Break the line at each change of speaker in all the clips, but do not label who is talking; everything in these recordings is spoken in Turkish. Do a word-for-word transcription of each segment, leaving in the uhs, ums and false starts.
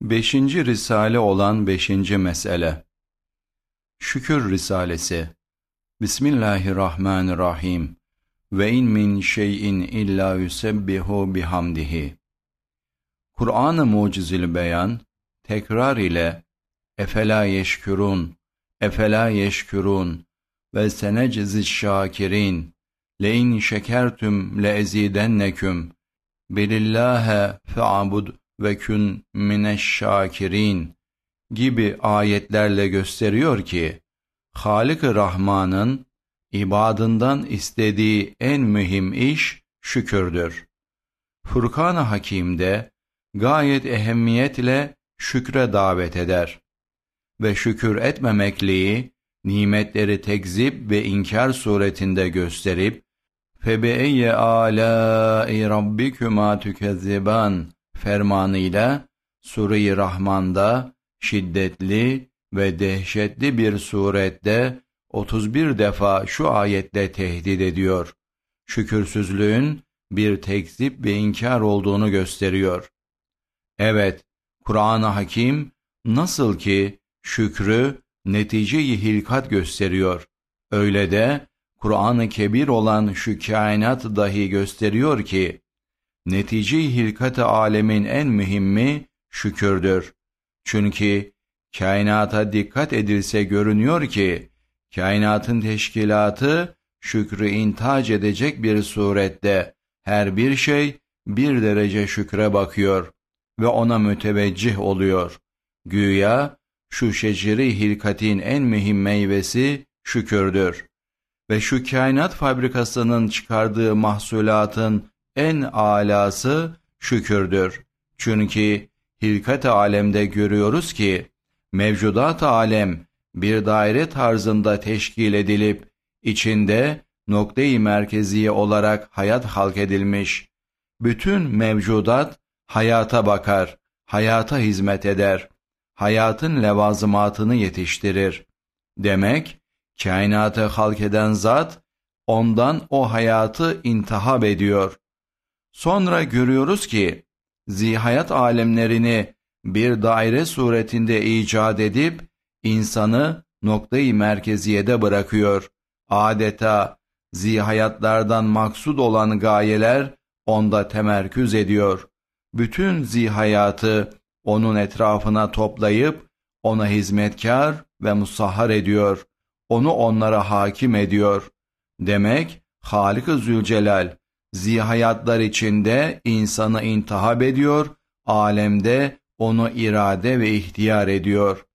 Beşinci Risale olan beşinci mesele. Şükür Risalesi. Bismillahirrahmanirrahim. Ve in min şeyin illa yusebbihu bihamdihi. Kur'an-ı Mucizül Beyan, tekrar ile efela yeşkürun, efela yeşkürun ve seneciz şakirin, le in şekertüm le ezidenneküm, bilillâhe fe'abud ve kün mineşşâkirin gibi ayetlerle gösteriyor ki, Halik-i Rahman'ın ibadından istediği en mühim iş şükürdür. Furkan-ı Hakîm'de gayet ehemmiyetle şükre davet eder ve şükür etmemekliği nimetleri tekzip ve inkar suretinde gösterip فَبِأَيَّ آلَاءِ رَبِّكُمَا تُكَذِّبَانِ fermanıyla Sure-i Rahman'da şiddetli ve dehşetli bir surette otuz bir defa şu ayetle tehdit ediyor. Şükürsüzlüğün bir tekzip ve inkar olduğunu gösteriyor. Evet, Kur'an-ı Hakim nasıl ki şükrü netice-i hilkat gösteriyor, öyle de Kur'an-ı Kebir olan şu kainat dahi gösteriyor ki, netice-i hilkat-ı alemin en mühimmi şükürdür. Çünkü kainata dikkat edilse görünüyor ki, kainatın teşkilatı şükrü intac edecek bir surette her bir şey bir derece şükre bakıyor ve ona müteveccih oluyor. Güya şu şeceri hilkatin en mühim meyvesi şükürdür. Ve şu kainat fabrikasının çıkardığı mahsulatın en alası şükürdür. Çünkü hilkat-ı alemde görüyoruz ki, mevcudat-ı alem bir daire tarzında teşkil edilip, içinde nokta-i merkeziye olarak hayat halk edilmiş. Bütün mevcudat hayata bakar, hayata hizmet eder, hayatın levazımatını yetiştirir. Demek, kainatı halk eden zat, ondan o hayatı intihab ediyor. Sonra görüyoruz ki, zihayat alemlerini bir daire suretinde icat edip, insanı nokta-i merkeziyede bırakıyor. Adeta zihayatlardan maksud olan gayeler onda temerküz ediyor. Bütün zihayatı onun etrafına toplayıp, ona hizmetkar ve musahhar ediyor. Onu onlara hakim ediyor. Demek, Halik-i Zülcelal, zihayatlar içinde insanı intihab ediyor, alemde onu irade ve ihtiyar ediyor.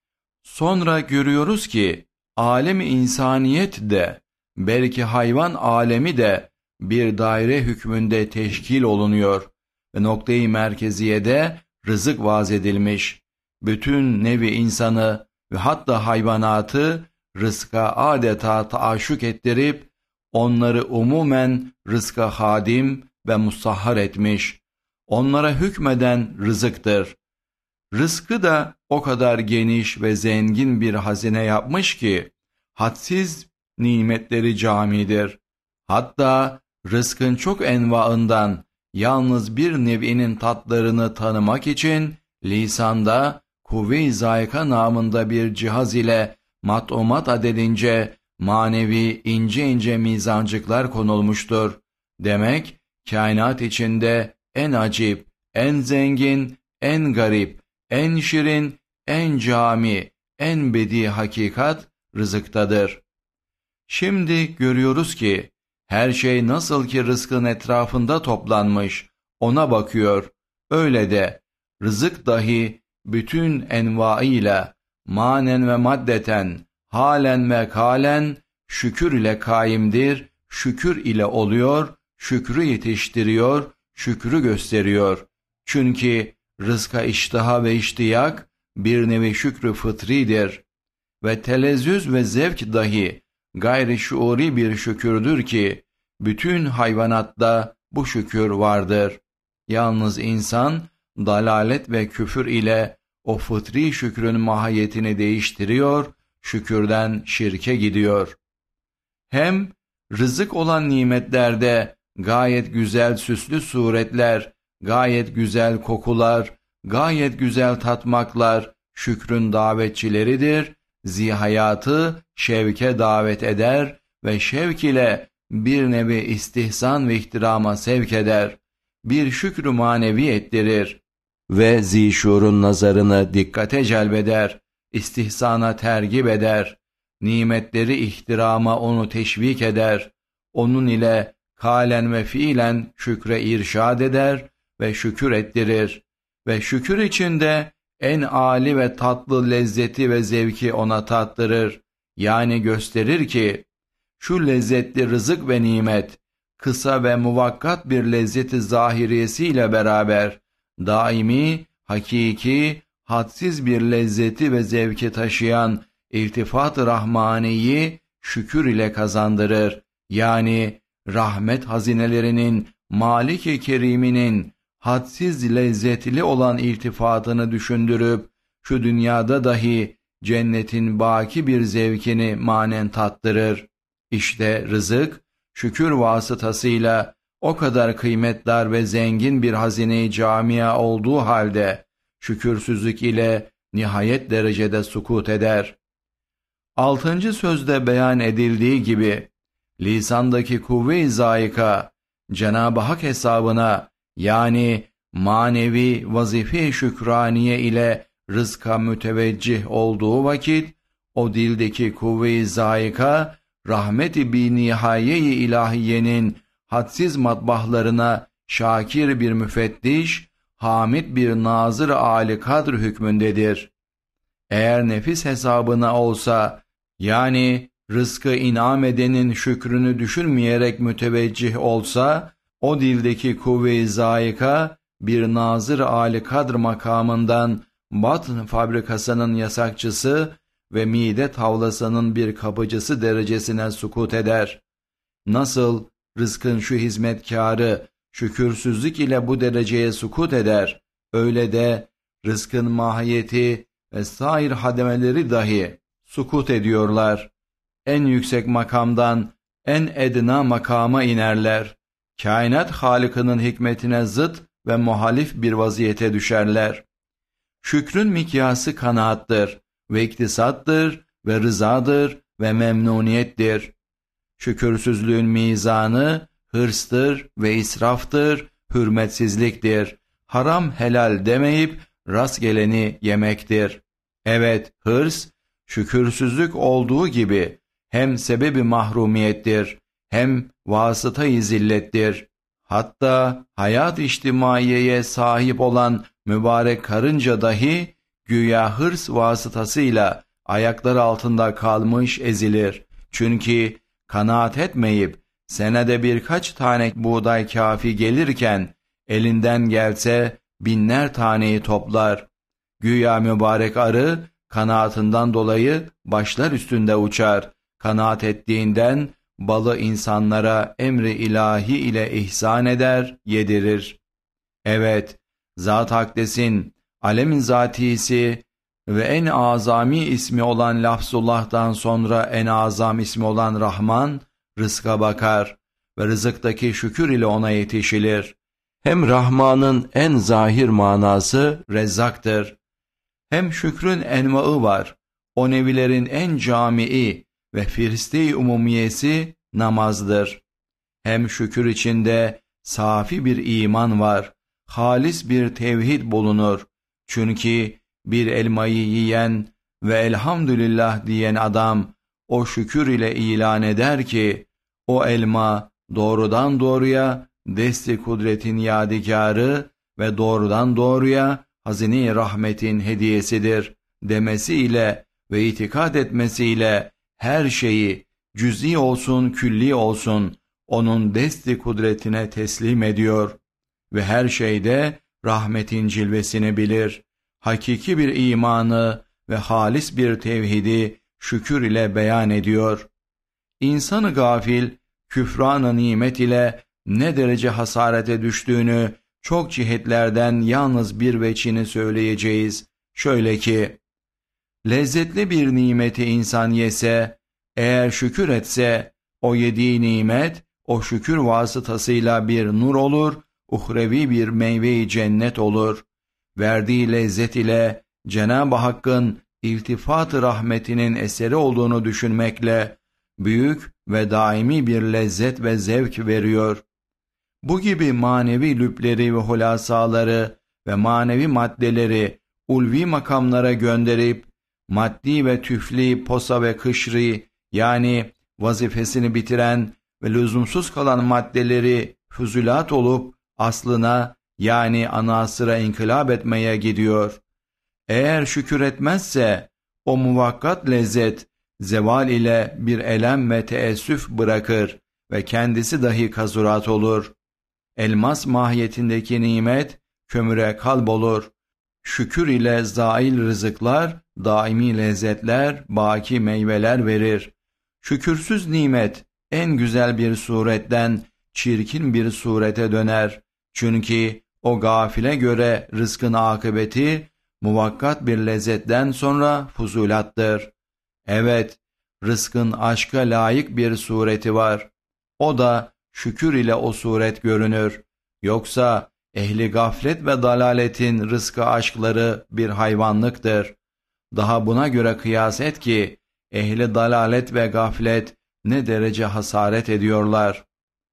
Sonra görüyoruz ki, alem-i insaniyet de, belki hayvan alemi de bir daire hükmünde teşkil olunuyor ve nokta-i merkeziyede rızık vaz edilmiş. Bütün nevi insanı ve hatta hayvanatı rızka adeta taaşşuk ettirip, onları umumen rızka hadim ve musahhar etmiş. Onlara hükmeden rızıktır. Rızkı da o kadar geniş ve zengin bir hazine yapmış ki, hadsiz nimetleri camidir. Hatta rızkın çok envaından yalnız bir nev'inin tatlarını tanımak için, lisanda kuvve-i zayika namında bir cihaz ile mat-o-mat adedince manevi ince ince mizancıklar konulmuştur. Demek, kainat içinde en acip, en zengin, en garip, en şirin, en cami, en bedi hakikat rızıktadır. Şimdi görüyoruz ki, her şey nasıl ki rızkın etrafında toplanmış, ona bakıyor. Öyle de, rızık dahi bütün envaıyla, manen ve maddeten, halen ve kalen, şükür ile kaimdir, şükür ile oluyor, şükrü yetiştiriyor, şükrü gösteriyor. Çünkü rızka iştaha ve iştiyak bir nevi şükrü fıtridir. Ve telezzüz ve zevk dahi gayri şuuri bir şükürdür ki, bütün hayvanatta bu şükür vardır. Yalnız insan, dalalet ve küfür ile o fıtri şükrün mahiyetini değiştiriyor, şükürden şirke gidiyor. Hem rızık olan nimetlerde gayet güzel süslü suretler, gayet güzel kokular, gayet güzel tatmaklar şükrün davetçileridir. Zihayatı şevke davet eder ve şevk ile bir nevi istihsan ve ihtirama sevk eder. Bir şükrü manevi ettirir ve zişurun nazarını dikkate celbeder, istihsana tergip eder, nimetleri ihtirama onu teşvik eder, onun ile kalen ve fiilen şükre irşad eder ve şükür ettirir ve şükür içinde en âli ve tatlı lezzeti ve zevki ona tattırır. Yani gösterir ki, şu lezzetli rızık ve nimet, kısa ve muvakkat bir lezzeti zahiriyesiyle beraber, daimi, hakiki, hadsiz bir lezzeti ve zevki taşıyan iltifat-ı rahmaniyi şükür ile kazandırır. Yani rahmet hazinelerinin, Malik-i Kerim'inin hadsiz lezzetli olan iltifatını düşündürüp, şu dünyada dahi cennetin baki bir zevkini manen tattırır. İşte rızık, şükür vasıtasıyla o kadar kıymetdar ve zengin bir hazine-i camia olduğu halde, şükürsüzlük ile nihayet derecede sukut eder. Altıncı sözde beyan edildiği gibi, lisandaki kuvve-i zayika, Cenab-ı Hak hesabına, yani manevi vazife-i şükraniye ile rızka müteveccih olduğu vakit, o dildeki kuvve-i zayika, rahmet-i binihaye-i ilahiyenin hadsiz matbahlarına şakir bir müfettiş, hamid bir nazır-ı âli kadr hükmündedir. Eğer nefis hesabına olsa, yani rızkı inam edenin şükrünü düşünmeyerek müteveccih olsa, o dildeki kuvve-i zayika bir nazır-ı âli kadr makamından batn fabrikasının yasakçısı ve mide tavlasının bir kapıcısı derecesine sukut eder. Nasıl rızkın şu hizmetkârı şükürsüzlük ile bu dereceye sukut eder, öyle de rızkın mahiyeti ve sair hademeleri dahi sukut ediyorlar. En yüksek makamdan en edna makama inerler. Kainat Halık'ının hikmetine zıt ve muhalif bir vaziyete düşerler. Şükrün mikyası kanaattır ve iktisattır ve rızadır ve memnuniyettir. Şükürsüzlüğün mizanı hırstır ve israftır, hürmetsizliktir. Haram helal demeyip rastgeleni yemektir. Evet, hırs, şükürsüzlük olduğu gibi hem sebebi mahrumiyettir, hem vasıta-i zillettir. Hatta hayat içtimaiyeye sahip olan mübarek karınca dahi güya hırs vasıtasıyla ayakları altında kalmış ezilir. Çünkü kanaat etmeyip senede birkaç tane buğday kafi gelirken elinden gelse binler taneyi toplar. Güya mübarek arı kanaatından dolayı başlar üstünde uçar. Kanaat ettiğinden balı insanlara emri ilahi ile ihsan eder, yedirir. Evet, Zat-ı Akdes'in, alemin zatisi ve en azami ismi olan Lafzullah'tan sonra en azam ismi olan Rahman, rızka bakar ve rızıktaki şükür ile ona yetişilir. Hem Rahman'ın en zahir manası Rezzak'tır. Hem şükrün envaı var. O nevilerin en camii ve firiste-i umumiyesi namazdır. Hem şükür içinde safi bir iman var. Halis bir tevhid bulunur. Çünkü bir elmayı yiyen ve elhamdülillah diyen adam o şükür ile ilan eder ki o elma doğrudan doğruya desti kudretin yadigarı ve doğrudan doğruya hazine-i rahmetin hediyesidir demesiyle ve itikad etmesiyle her şeyi cüz'i olsun külli olsun onun desti kudretine teslim ediyor ve her şeyde rahmetin cilvesini bilir. Hakiki bir imanı ve halis bir tevhidi şükür ile beyan ediyor. İnsanı gafil, küfran-ı nimet ile ne derece hasarete düştüğünü çok cihetlerden yalnız bir veçini söyleyeceğiz. Şöyle ki, lezzetli bir nimeti insan yese, eğer şükür etse, o yediği nimet, o şükür vasıtasıyla bir nur olur, uhrevi bir meyve-i cennet olur. verdiği lezzet ile Cenab-ı Hakk'ın iltifat-ı rahmetinin eseri olduğunu düşünmekle büyük ve daimi bir lezzet ve zevk veriyor. Bu gibi manevi lüpleri ve hulasaları ve manevi maddeleri ulvi makamlara gönderip maddi ve tüfli, posa ve kışri yani vazifesini bitiren ve lüzumsuz kalan maddeleri füzülat olup aslına yani anasıra inkılap etmeye gidiyor. Eğer şükür etmezse o muvakkat lezzet zeval ile bir elem ve teessüf bırakır ve kendisi dahi kazurat olur. Elmas mahiyetindeki nimet kömüre kalbolur. Şükür ile zail rızıklar, daimi lezzetler, baki meyveler verir. Şükürsüz nimet en güzel bir suretten çirkin bir surete döner. Çünkü o gafile göre rızkın akıbeti muvakkat bir lezzetten sonra fuzulattır. Evet, rızkın aşka layık bir sureti var. O da şükür ile o suret görünür. Yoksa ehli gaflet ve dalaletin rızkı aşkları bir hayvanlıktır. Daha buna göre kıyas et ki ehli dalalet ve gaflet ne derece hasaret ediyorlar.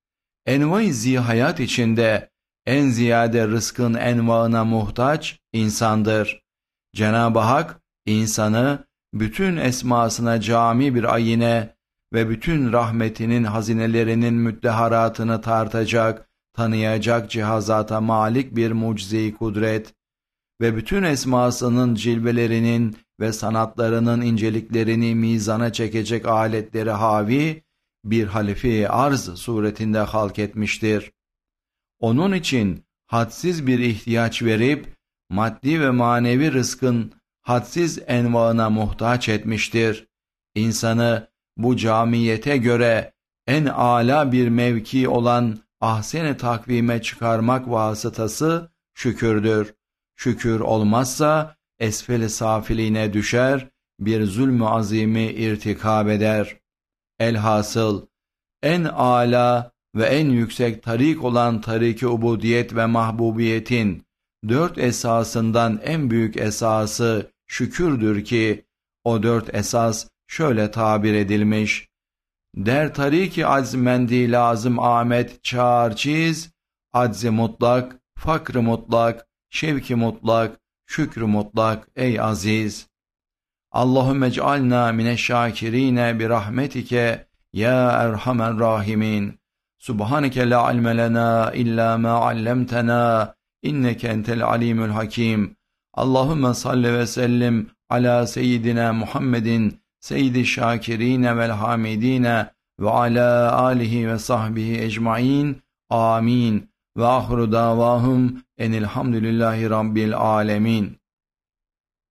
Envai zihayat içinde en ziyade rızkın envaına muhtaç insandır. Cenab-ı Hak insanı bütün esmasına cami bir ayine ve bütün rahmetinin hazinelerinin müddeharatını tartacak, tanıyacak cihazata malik bir mucize-i kudret ve bütün esmasının cilvelerinin ve sanatlarının inceliklerini mizana çekecek aletleri havi bir halife-i arz suretinde halk etmiştir. Onun için hadsiz bir ihtiyaç verip maddi ve manevi rızkın hadsiz envaına muhtaç etmiştir. İnsanı bu camiyete göre en âlâ bir mevki olan ahsen-i takvime çıkarmak vasıtası şükürdür. Şükür olmazsa esfel-i safiliğine düşer, bir zulmü azimi irtikab eder. Elhasıl en âlâ ve en yüksek tarik olan tarik-i ubudiyet ve mahbubiyetin dört esasından en büyük esası şükürdür ki o dört esas şöyle tabir edilmiş: der tarik-i azmendi lazım Ahmet çağır çiz, acz-i mutlak, fakr-ı mutlak, şevk-i mutlak, şükrü mutlak ey aziz. Allahümme cealna mineşşâkirîne bi rahmetike ya erhamer rahimin. Subhaneke la ilme lena illa ma allamtena inneke entel alimul hakim. Allahümme salli ve sellim ala seyyidina Muhammedin seyyidi şakirine vel hamidine ve ala alihi ve sahbihi ecmaîn. Amin. Ve ahru davahum enilhamdülillahi rabbil alemin.